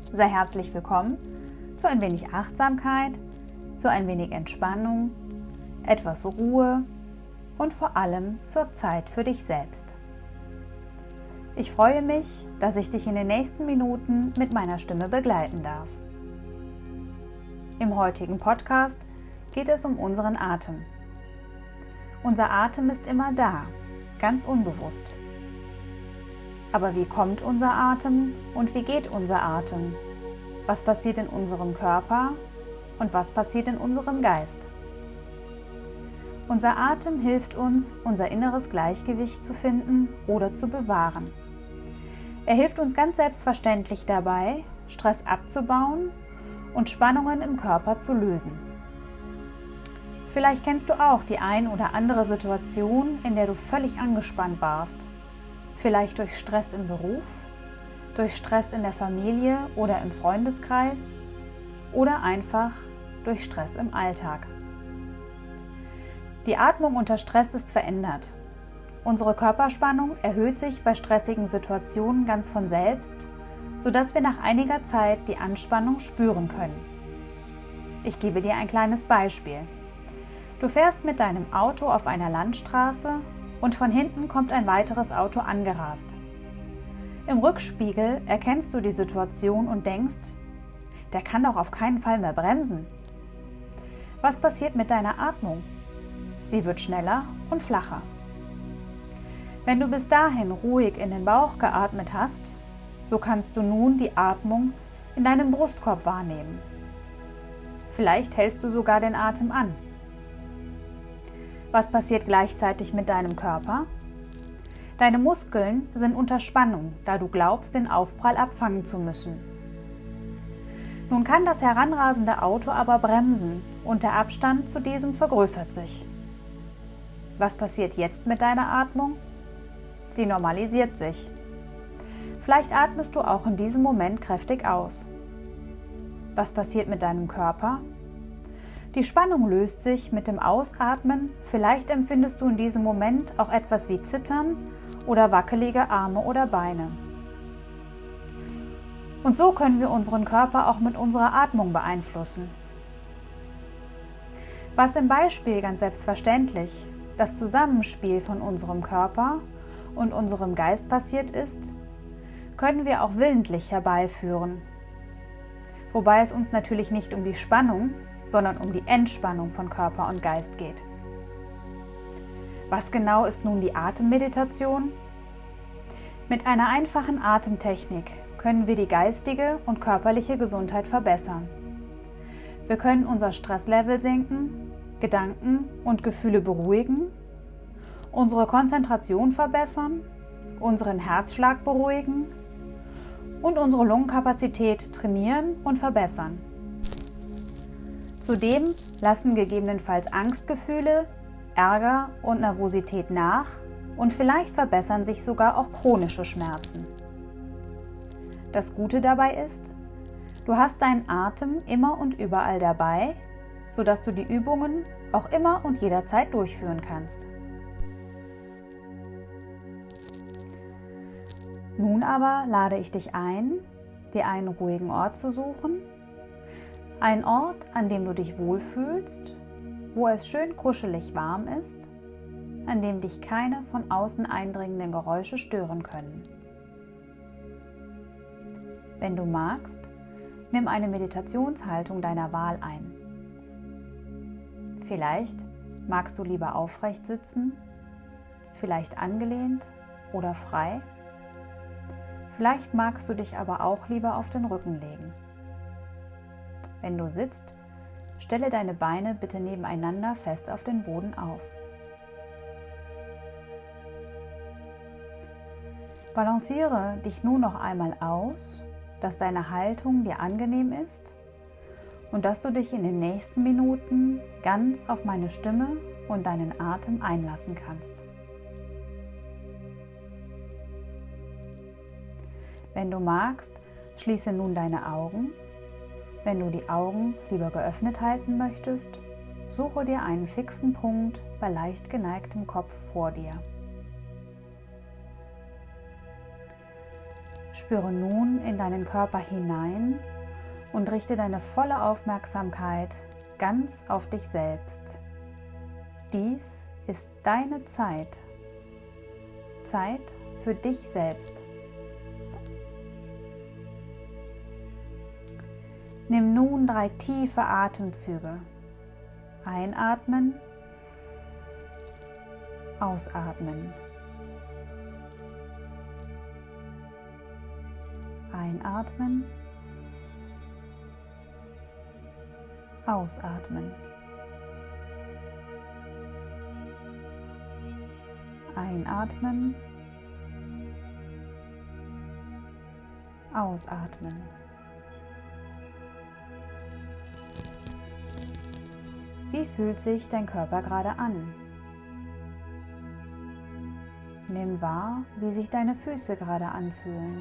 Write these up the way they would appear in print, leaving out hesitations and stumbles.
sei herzlich willkommen zu ein wenig Achtsamkeit, zu ein wenig Entspannung, etwas Ruhe und vor allem zur Zeit für dich selbst. Ich freue mich, dass ich dich in den nächsten Minuten mit meiner Stimme begleiten darf. Im heutigen Podcast geht es um unseren Atem. Unser Atem ist immer da, ganz unbewusst. Aber wie kommt unser Atem und wie geht unser Atem? Was passiert in unserem Körper und was passiert in unserem Geist? Unser Atem hilft uns, unser inneres Gleichgewicht zu finden oder zu bewahren. Er hilft uns ganz selbstverständlich dabei, Stress abzubauen und Spannungen im Körper zu lösen. Vielleicht kennst du auch die ein oder andere Situation, in der du völlig angespannt warst. Vielleicht durch Stress im Beruf, durch Stress in der Familie oder im Freundeskreis oder einfach durch Stress im Alltag. Die Atmung unter Stress ist verändert. Unsere Körperspannung erhöht sich bei stressigen Situationen ganz von selbst, sodass wir nach einiger Zeit die Anspannung spüren können. Ich gebe dir ein kleines Beispiel. Du fährst mit deinem Auto auf einer Landstraße und von hinten kommt ein weiteres Auto angerast. Im Rückspiegel erkennst du die Situation und denkst, der kann doch auf keinen Fall mehr bremsen. Was passiert mit deiner Atmung? Sie wird schneller und flacher. Wenn du bis dahin ruhig in den Bauch geatmet hast, so kannst du nun die Atmung in deinem Brustkorb wahrnehmen. Vielleicht hältst du sogar den Atem an. Was passiert gleichzeitig mit deinem Körper? Deine Muskeln sind unter Spannung, da du glaubst, den Aufprall abfangen zu müssen. Nun kann das heranrasende Auto aber bremsen und der Abstand zu diesem vergrößert sich. Was passiert jetzt mit deiner Atmung? Sie normalisiert sich. Vielleicht atmest du auch in diesem Moment kräftig aus. Was passiert mit deinem Körper? Die Spannung löst sich mit dem Ausatmen. Vielleicht empfindest du in diesem Moment auch etwas wie Zittern oder wackelige Arme oder Beine. Und so können wir unseren Körper auch mit unserer Atmung beeinflussen. Was im Beispiel ganz selbstverständlich das Zusammenspiel von unserem Körper und unserem Geist passiert ist, können wir auch willentlich herbeiführen. Wobei es uns natürlich nicht um die Spannung, sondern um die Entspannung von Körper und Geist geht. Was genau ist nun die Atemmeditation? Mit einer einfachen Atemtechnik können wir die geistige und körperliche Gesundheit verbessern. Wir können unser Stresslevel senken, Gedanken und Gefühle beruhigen, unsere Konzentration verbessern, unseren Herzschlag beruhigen und unsere Lungenkapazität trainieren und verbessern. Zudem lassen gegebenenfalls Angstgefühle, Ärger und Nervosität nach und vielleicht verbessern sich sogar auch chronische Schmerzen. Das Gute dabei ist, du hast deinen Atem immer und überall dabei, sodass du die Übungen auch immer und jederzeit durchführen kannst. Nun aber lade ich dich ein, dir einen ruhigen Ort zu suchen. Ein Ort, an dem du dich wohlfühlst, wo es schön kuschelig warm ist, an dem dich keine von außen eindringenden Geräusche stören können. Wenn du magst, nimm eine Meditationshaltung deiner Wahl ein. Vielleicht magst du lieber aufrecht sitzen, vielleicht angelehnt oder frei. Vielleicht magst du dich aber auch lieber auf den Rücken legen. Wenn du sitzt, stelle deine Beine bitte nebeneinander fest auf den Boden auf. Balanciere dich nun noch einmal aus, dass deine Haltung dir angenehm ist und dass du dich in den nächsten Minuten ganz auf meine Stimme und deinen Atem einlassen kannst. Wenn du magst, schließe nun deine Augen. Wenn du die Augen lieber geöffnet halten möchtest, suche dir einen fixen Punkt bei leicht geneigtem Kopf vor dir. Spüre nun in deinen Körper hinein und richte deine volle Aufmerksamkeit ganz auf dich selbst. Dies ist deine Zeit. Zeit für dich selbst. Nimm nun 3 tiefe Atemzüge. Einatmen, ausatmen. Einatmen, ausatmen. Einatmen, ausatmen. Wie fühlt sich dein Körper gerade an? Nimm wahr, wie sich deine Füße gerade anfühlen.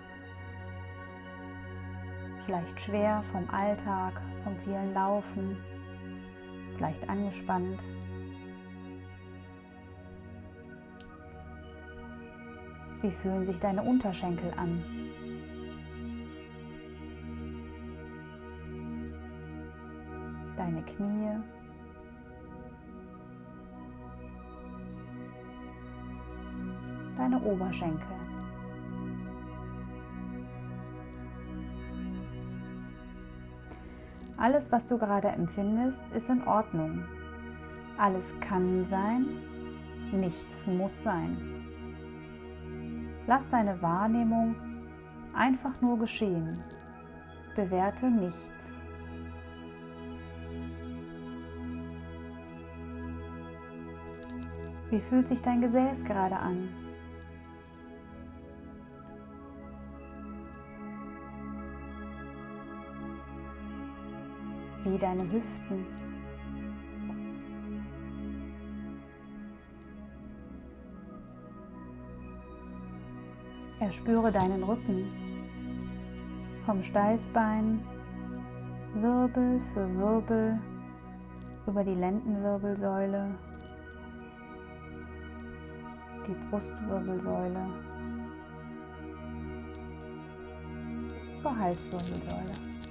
Vielleicht schwer vom Alltag, vom vielen Laufen, vielleicht angespannt. Wie fühlen sich deine Unterschenkel an? Deine Knie? Deine Oberschenkel? Alles, was du gerade empfindest, ist in Ordnung. Alles kann sein, nichts muss sein. Lass deine Wahrnehmung einfach nur geschehen. Bewerte nichts. Wie fühlt sich dein Gesäß gerade an? Wie deine Hüften? Erspüre deinen Rücken vom Steißbein, Wirbel für Wirbel, über die Lendenwirbelsäule, die Brustwirbelsäule zur Halswirbelsäule.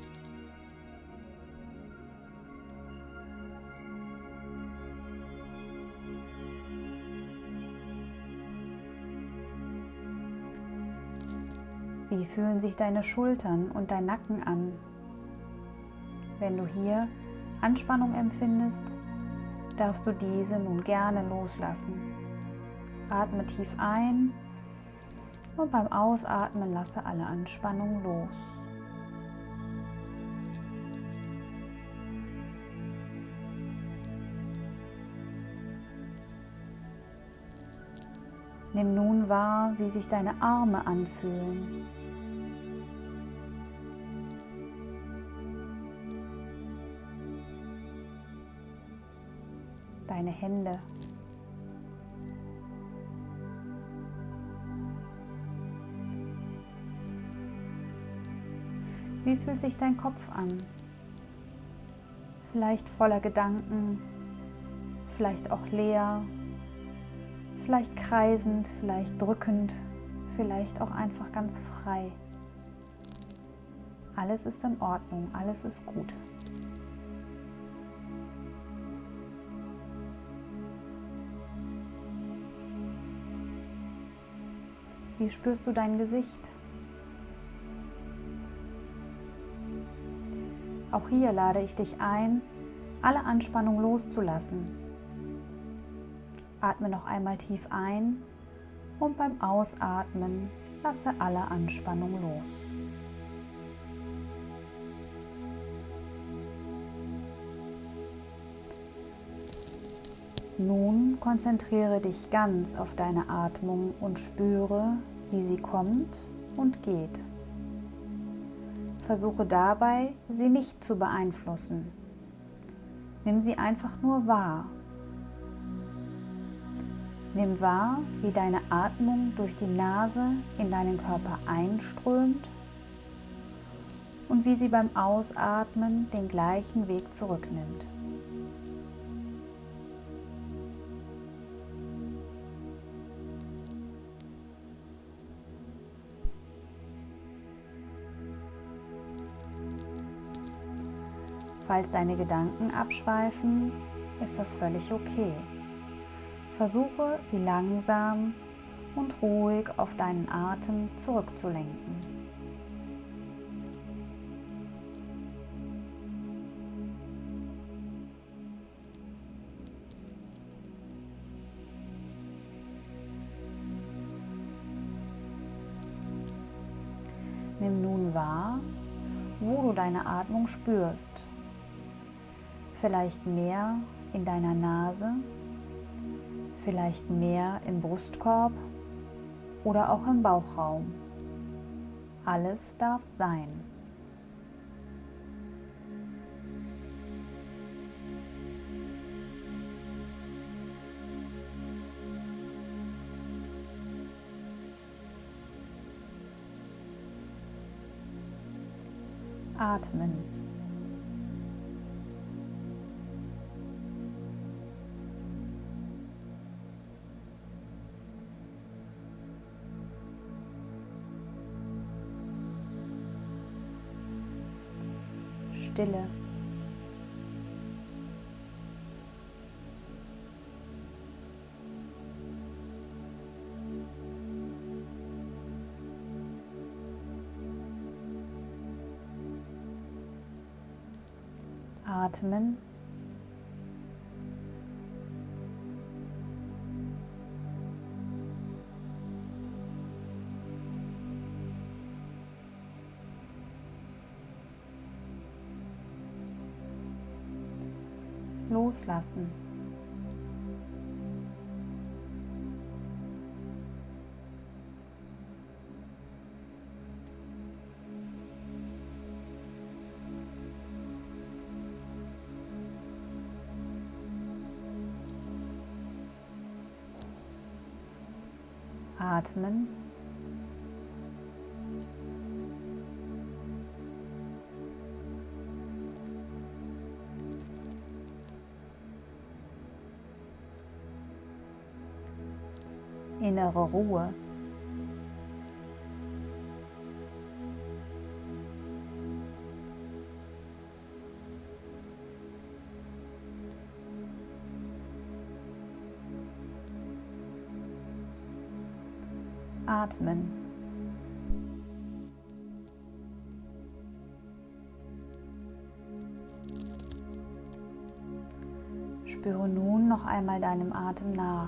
Wie fühlen sich deine Schultern und dein Nacken an? Wenn du hier Anspannung empfindest, darfst du diese nun gerne loslassen. Atme tief ein und beim Ausatmen lasse alle Anspannung los. Nimm nun wahr, wie sich deine Arme anfühlen. Deine Hände. Wie fühlt sich dein Kopf an? Vielleicht voller Gedanken, vielleicht auch leer, vielleicht kreisend, vielleicht drückend, vielleicht auch einfach ganz frei. Alles ist in Ordnung, alles ist gut. Wie spürst du dein Gesicht? Auch hier lade ich dich ein, alle Anspannung loszulassen. Atme noch einmal tief ein und beim Ausatmen lasse alle Anspannung los. Nun konzentriere dich ganz auf deine Atmung und spüre, wie sie kommt und geht. Versuche dabei, sie nicht zu beeinflussen. Nimm sie einfach nur wahr. Nimm wahr, wie deine Atmung durch die Nase in deinen Körper einströmt und wie sie beim Ausatmen den gleichen Weg zurücknimmt. Falls deine Gedanken abschweifen, ist das völlig okay. Versuche, sie langsam und ruhig auf deinen Atem zurückzulenken. Nimm nun wahr, wo du deine Atmung spürst. Vielleicht mehr in deiner Nase, vielleicht mehr im Brustkorb oder auch im Bauchraum. Alles darf sein. Atmen. Stille. Atmen. Loslassen. Atmen. Innere Ruhe. Atmen. Spüre nun noch einmal deinem Atem nach.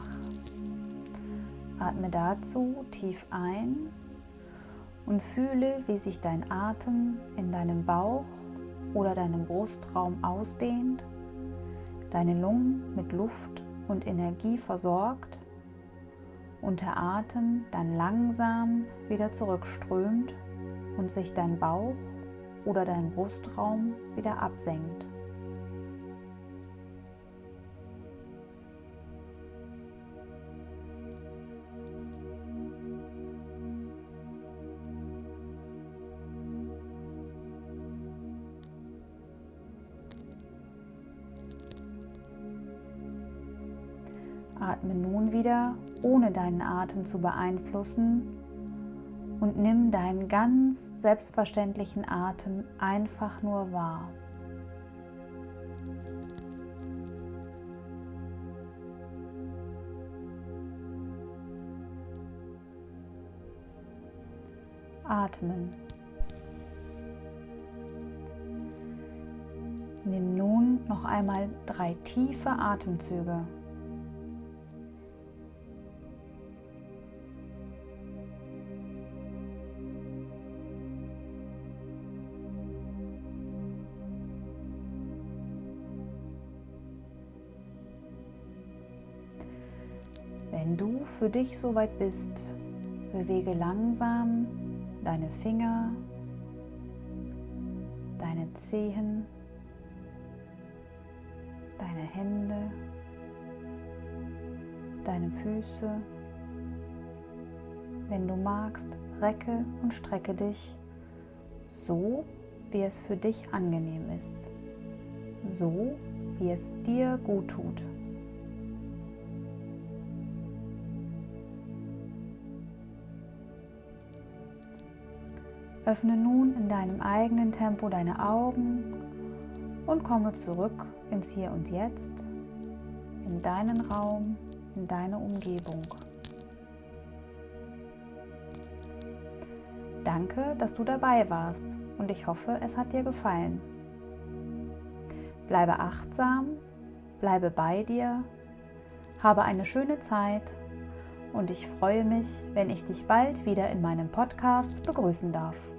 Atme dazu tief ein und fühle, wie sich dein Atem in deinem Bauch oder deinem Brustraum ausdehnt, deine Lungen mit Luft und Energie versorgt und der Atem dann langsam wieder zurückströmt und sich dein Bauch oder dein Brustraum wieder absenkt. Atme nun wieder, ohne deinen Atem zu beeinflussen, und nimm deinen ganz selbstverständlichen Atem einfach nur wahr. Atmen. Nimm nun noch einmal 3 tiefe Atemzüge. Wenn du für dich soweit bist, bewege langsam deine Finger, deine Zehen, deine Hände, deine Füße. Wenn du magst, recke und strecke dich so, wie es für dich angenehm ist, so, wie es dir gut tut. Öffne nun in deinem eigenen Tempo deine Augen und komme zurück ins Hier und Jetzt, in deinen Raum, in deine Umgebung. Danke, dass du dabei warst und ich hoffe, es hat dir gefallen. Bleibe achtsam, bleibe bei dir, habe eine schöne Zeit und ich freue mich, wenn ich dich bald wieder in meinem Podcast begrüßen darf.